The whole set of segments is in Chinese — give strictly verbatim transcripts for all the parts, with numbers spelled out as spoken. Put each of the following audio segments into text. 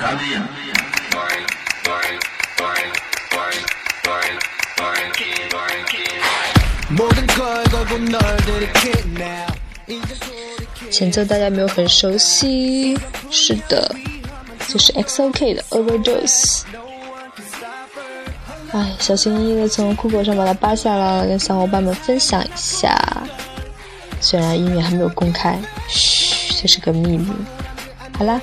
前奏大家没有很熟悉，是的，就是 X O K 的 Overdose。 哎，小心翼翼的从酷狗上把它扒下来了，跟小伙伴们分享一下。虽然音乐还没有公开，嘘，这是个秘密。好啦，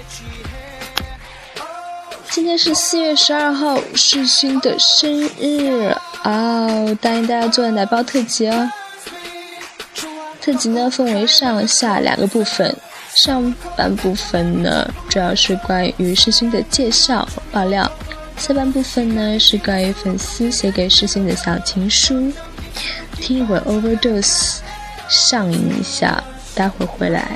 今天是四月十二号，世勋的生日哦，答应大家做的奶包特辑哦。特辑呢分为上下两个部分，上半部分呢主要是关于世勋的介绍和爆料，下半部分呢是关于粉丝写给世勋的小情书。听一会儿 Overdose 上瘾一下，待会儿回来。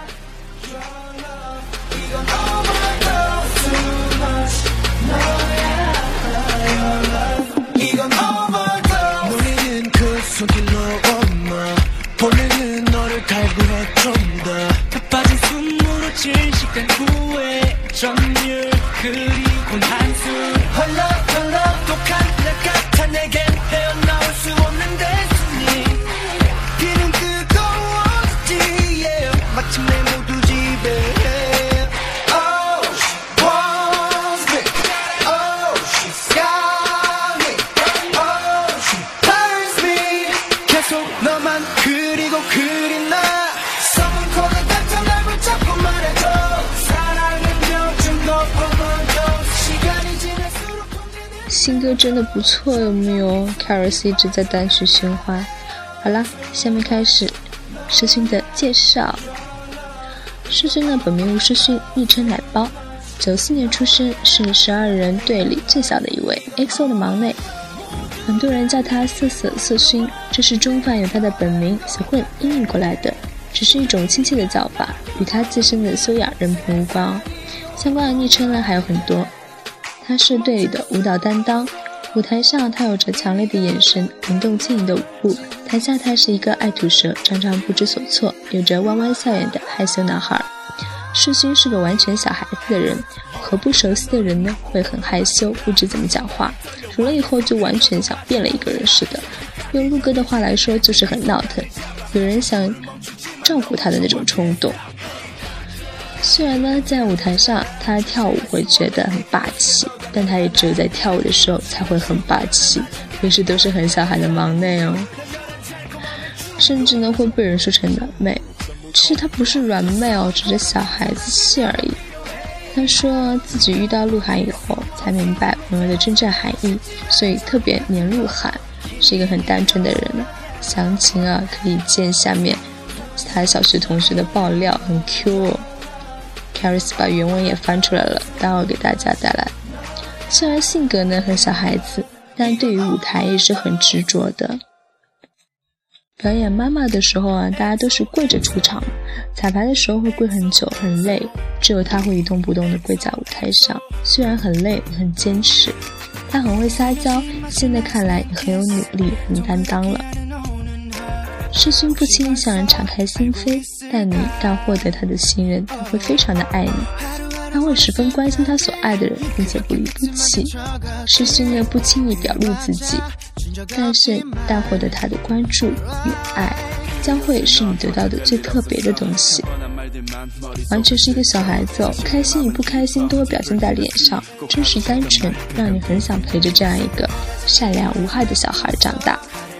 新歌真的不错，有没有 Karis 一直在单曲循环。好啦，下面开始世勋的介绍。世勋呢本名吴世勋，昵称奶包，九四年出生，是十二人队里最小的一位， X O 的忙内，很多人叫他瑟瑟瑟勋，这是中饭有他的本名小混音译过来的，只是一种亲切的叫法，与他自身的修养人品无关哦。相关的昵称呢还有很多。他是队里的舞蹈担当，舞台上他有着强烈的眼神，灵动轻盈的舞步，台下他是一个爱吐舌，常常不知所措，有着弯弯笑眼的害羞男孩。世勋是个完全小孩子的人，和不熟悉的人呢会很害羞，不知怎么讲话，熟了以后就完全像变了一个人似的，用陆哥的话来说就是很闹腾，有人想照顾他的那种冲动。虽然呢在舞台上他跳舞会觉得很霸气，但他也只有在跳舞的时候才会很霸气，平时都是很小孩的忙内哦，甚至呢会被人说成软妹。其实他不是软妹哦，只是小孩子气而已。他说自己遇到鹿晗以后才明白朋友的真正含义，所以特别黏鹿晗，是一个很单纯的人。详情啊可以见下面他小学同学的爆料，很 Q 哦。Karis 把原文也翻出来了，待会给大家带来。虽然性格呢很小孩子，但对于舞台也是很执着的。表演妈妈的时候啊，大家都是跪着出场，彩排的时候会跪很久很累，只有他会一动不动地跪在舞台上，虽然很累很坚持。他很会撒娇，现在看来也很有努力很担当了。世勋不轻易向人敞开心扉，但你一旦获得他的信任，他会非常的爱你，他会十分关心他所爱的人，并且不离不弃。世勋呢不轻易表露自己，但是一旦获得他的关注与爱，将会是你得到的最特别的东西。完全是一个小孩子哦，开心与不开心都会表现在脸上，真实单纯，让你很想陪着这样一个善良无害的小孩长大。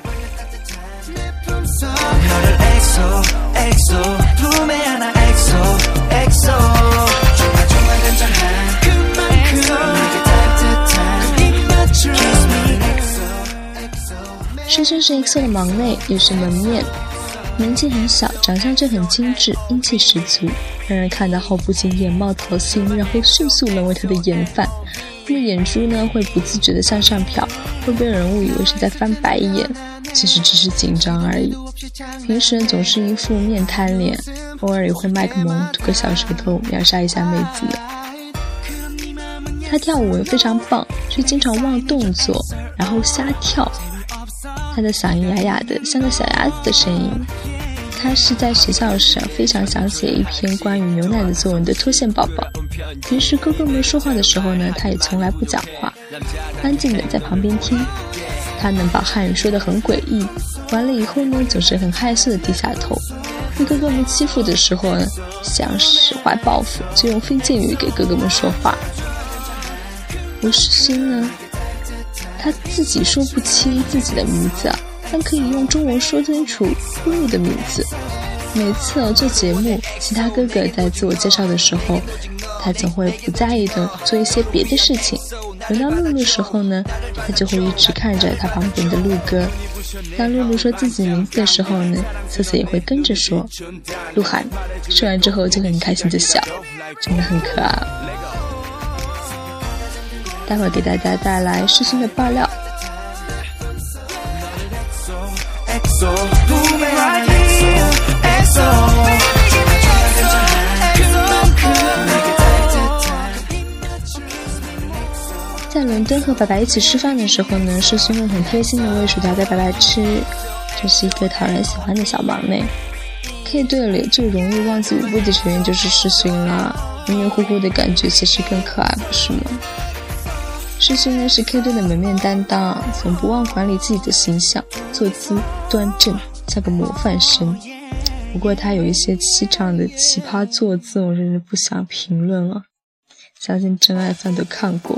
世勋是 X O 的忙内，也是门面，年纪很小，长相却很精致，英气十足，让人看到后不禁眼冒桃心，然后迅速沦为他的眼犯。他的眼珠呢会不自觉地向上瞟，会被人误以为是在翻白眼，其实只是紧张而已。平时总是一副面瘫脸，偶尔也会卖个萌，吐个小舌头，秒杀一下妹子的。他跳舞也非常棒，却经常忘动作，然后瞎跳。他的嗓音哑哑的，像个小鸭子的声音。 他是在学校时非常想写一篇关于牛奶的作文的脱线宝宝。平时哥哥们说话的时候呢，他也从来不讲话，安静的在旁边听。他能把汉语说得很诡异，完了以后呢，总是很害羞的低下头。被哥哥们欺负的时候呢，想使怀报复，就用非敬语给哥哥们说话。吴世勋呢，他自己说不清自己的名字，但可以用中文说清楚露露的名字。每次做节目，其他哥哥在自我介绍的时候，他总会不在意的做一些别的事情。轮到露露的时候呢，他就会一直看着他旁边的陆哥。当露露说自己名字的时候呢，瑟瑟也会跟着说鹿晗，说完之后就很开心的笑，真的很可爱。待会儿给大家带来世勋的爆料。在伦敦和白白一起吃饭的时候呢，世勋会很贴心的喂薯条给白白吃，这是一个讨人喜欢的小忙内。K 队里最容易忘记舞步的成员就是世勋啦，迷迷糊糊的感觉其实更可爱，不是吗？世勋呢是 K 队的门面担当，总不忘管理自己的形象，坐姿端正，像个模范生。不过他有一些气场的奇葩坐姿，我真的不想评论了，相信真爱饭都看过。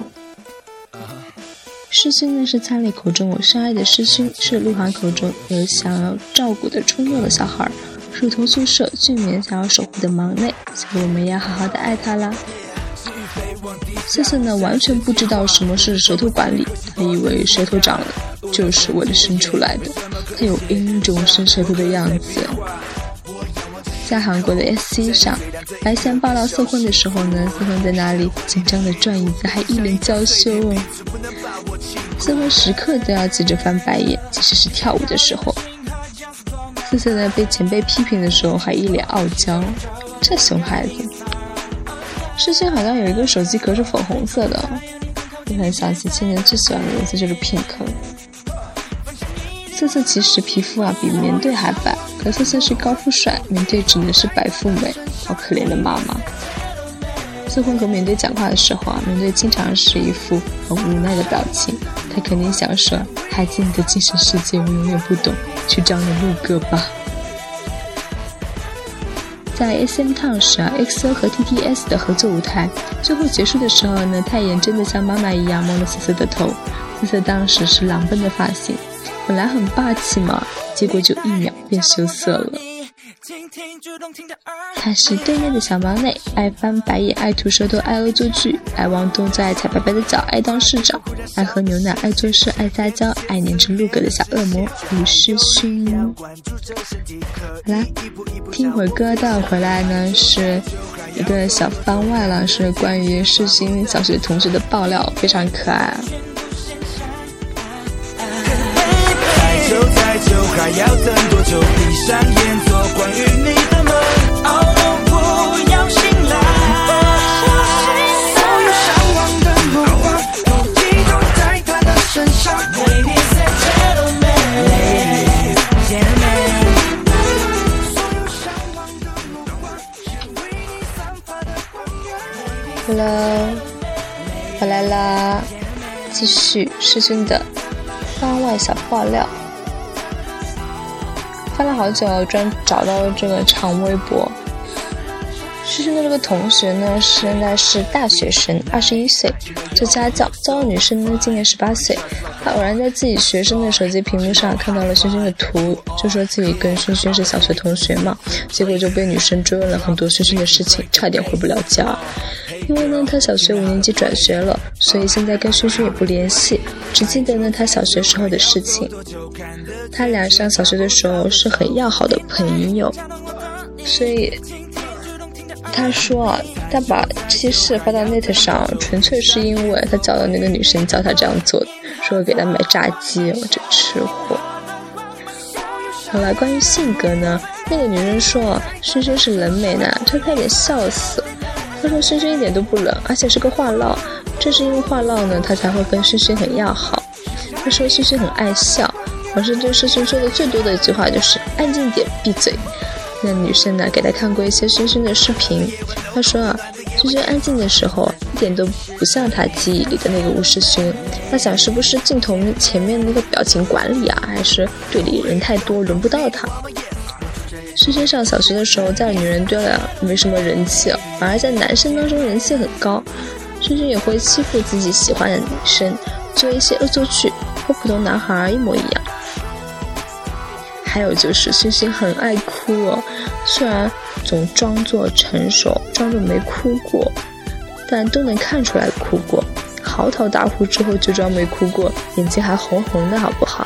世勋呢是蔡磊口中我深爱的世勋，是鹿晗口中有想要照顾的冲动的小孩，是同宿舍俊棉想要守护的忙内，所以我们也要好好的爱他啦。瑟瑟呢完全不知道什么是舌头管理，他以为舌头长了就是为了生出来的，他有一种生舌头的样子。在韩国的 S C 上，白贤爆料色婚的时候呢，色婚在那里紧张的转椅子，还一脸娇羞哦。色婚时刻都要记着翻白眼，即使是跳舞的时候。瑟瑟呢被前辈批评的时候还一脸傲娇，这熊孩子。世勋好像有一个手机壳是粉红色的，我很想起千年最喜欢的颜色就是 pink 了。瑟瑟其实皮肤啊比棉队还白，可瑟瑟是高富帅，棉队只能是白富美，好可怜的妈妈。瑟婚和棉队讲话的时候啊，棉队经常是一副很无奈的表情，他肯定想说，孩子，你的精神世界我永远不懂，去找你陆哥吧。在 S M Town 时啊 ，X O 和 T T S 的合作舞台最后结束的时候呢，太妍真的像妈妈一样摸了瑟瑟的头，瑟瑟当时是狼狈的发型，本来很霸气嘛，结果就一秒变羞涩了。他是队内的小忙内，爱翻白眼，爱吐舌头，爱恶作剧，爱忘动作，爱踩白白的脚，爱当市长，爱喝牛奶，爱做事，爱撒娇，爱黏成鹿哥的小恶魔吴世勋。好啦，听会儿歌到回来呢，是一个小番外了，是关于世勋小学同学的爆料，非常可爱。再久还要等多久？闭上眼做关于你的梦，哦，不要醒来。所有向往的目光都集中在他的身上。Ladies and gentlemen, ladies and gentlemen， 所有向往的目光为你散发的光源。Hello， 回来啦，继续世勋的番外小爆料。翻了好久，居然找到了这个长微博。世勋的这个同学呢，现在是大学生，二十一岁，做家教，教的女生呢今年十八岁。他偶然在自己学生的手机屏幕上看到了轩轩的图，就说自己跟轩轩是小学同学嘛，结果就被女生追问了很多轩轩的事情，差点回不了家。因为呢他小学五年级转学了，所以现在跟轩轩也不联系，只记得呢他小学时候的事情。他俩上小学的时候是很要好的朋友，所以他说啊，他把这些事发到 net 上，纯粹是因为他找到那个女生教他这样做的，说给他买炸鸡，我这吃货。后来关于性格呢，那个女生说轩轩是冷美男，他差点笑死。他说轩轩一点都不冷，而且是个话唠，正是因为话唠呢，他才会跟轩轩很要好。他说轩轩很爱笑，老师对世勋说的最多的一句话就是安静点闭嘴， 那女生呢给他看过一些熏熏的视频，他说啊，熏熏安静的时候一点都不像他记忆里的那个吴世勋。他想是不是镜头前面那个表情管理啊，还是队里人太多轮不到他。熏熏上小学的时候在女人堆啊没什么人气，反而在男生当中人气很高。熏熏也会欺负自己喜欢的女生，做一些恶作剧，和普通男孩一模一样。还有就是熏熏很爱哭哦，虽然总装作成熟，装作没哭过，但都能看出来哭过。嚎啕大哭之后就装没哭过，眼睛还红红的好不好？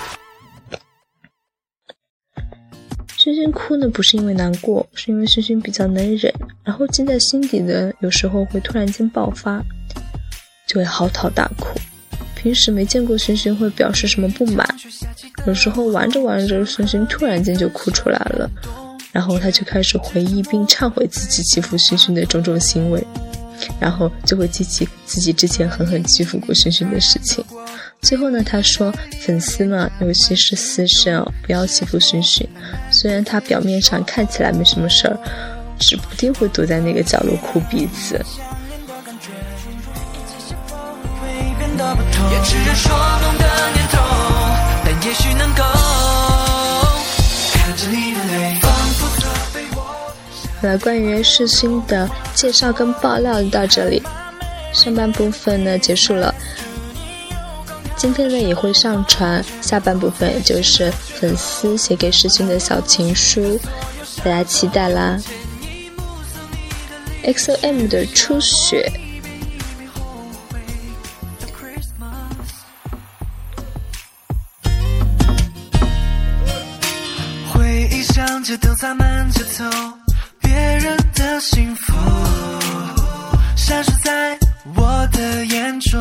熏熏哭呢不是因为难过，是因为熏熏比较能忍，然后积在心底的有时候会突然间爆发，就会嚎啕大哭。平时没见过熏熏会表示什么不满，有时候玩着玩着熏熏突然间就哭出来了，然后他就开始回忆并忏悔自己欺负熏熏的种种行为，然后就会记起自己之前狠狠欺负过熏熏的事情。最后呢，他说粉丝嘛，尤其是私生哦，不要欺负熏熏，虽然他表面上看起来没什么事儿，指不定会躲在那个角落哭鼻子。也只是说梦的念头，但也许能够看着你的泪仿佛责备我。好了，关于世勋的介绍跟爆料就到这里，上半部分呢结束了，今天呢也会上传下半部分，也就是粉丝写给世勋的小情书，大家期待啦。 X O M 的初雪，像街灯洒满街头，别人的幸福闪烁在我的眼中，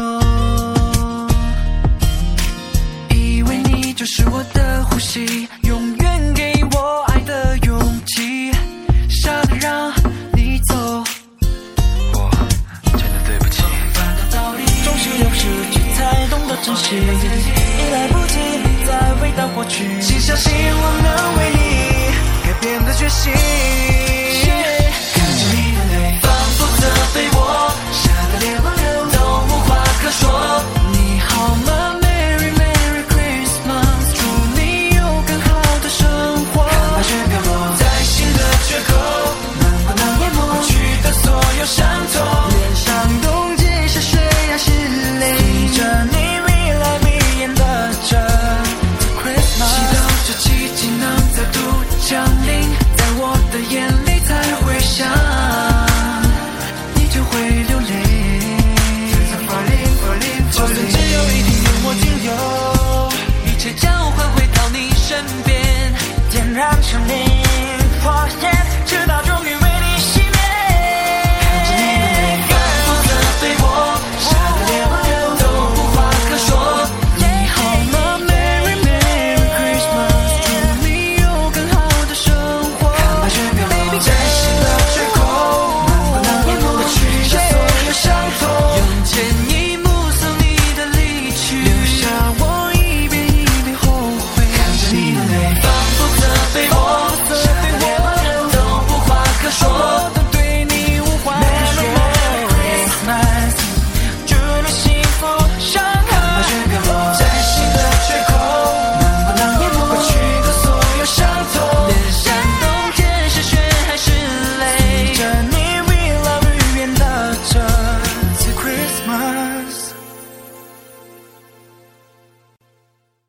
以为你就是我的呼吸，永远给我爱的勇气，傻的让你走，我真的对不起，总是有失去才懂得珍惜，已来不及再回到过去，请相信我能为你变得决心，看着你的泪仿佛责备我，下的连环流都无话可说。你好吗 Merry Merry Christmas， 祝你有更好的生活，看白雪飘落在心的缺口，能不能淹没过去的所有伤痛，脸上冻结是水还是泪，随着你迷来迷眼的这 Christmas， 祈祷这奇迹能再度降临，在我的眼里才会想，你就会流泪，就算只有一滴愿我停留，一切交换回到你身边，点燃生命火焰，直到终于为你熄灭。看着你的泪仿佛责备我，下的连环流都无话可说。你好吗 Merry Merry Christmas， 祝你有更好的生活，看白雪飘落在心的缺口，能不能淹没过去的所有伤痛，用坚毅目送你的离去，留下我一遍一遍后悔。看着你的泪仿佛责备我，下的连环流都无话可说，我都对你无话可说。Christmas， 祝你幸福祥和，看白雪飘落在心的缺口，能不能淹没过去的所有伤痛，脸上冬天是雪还是泪，随着你未老愈远的这次 Christmas。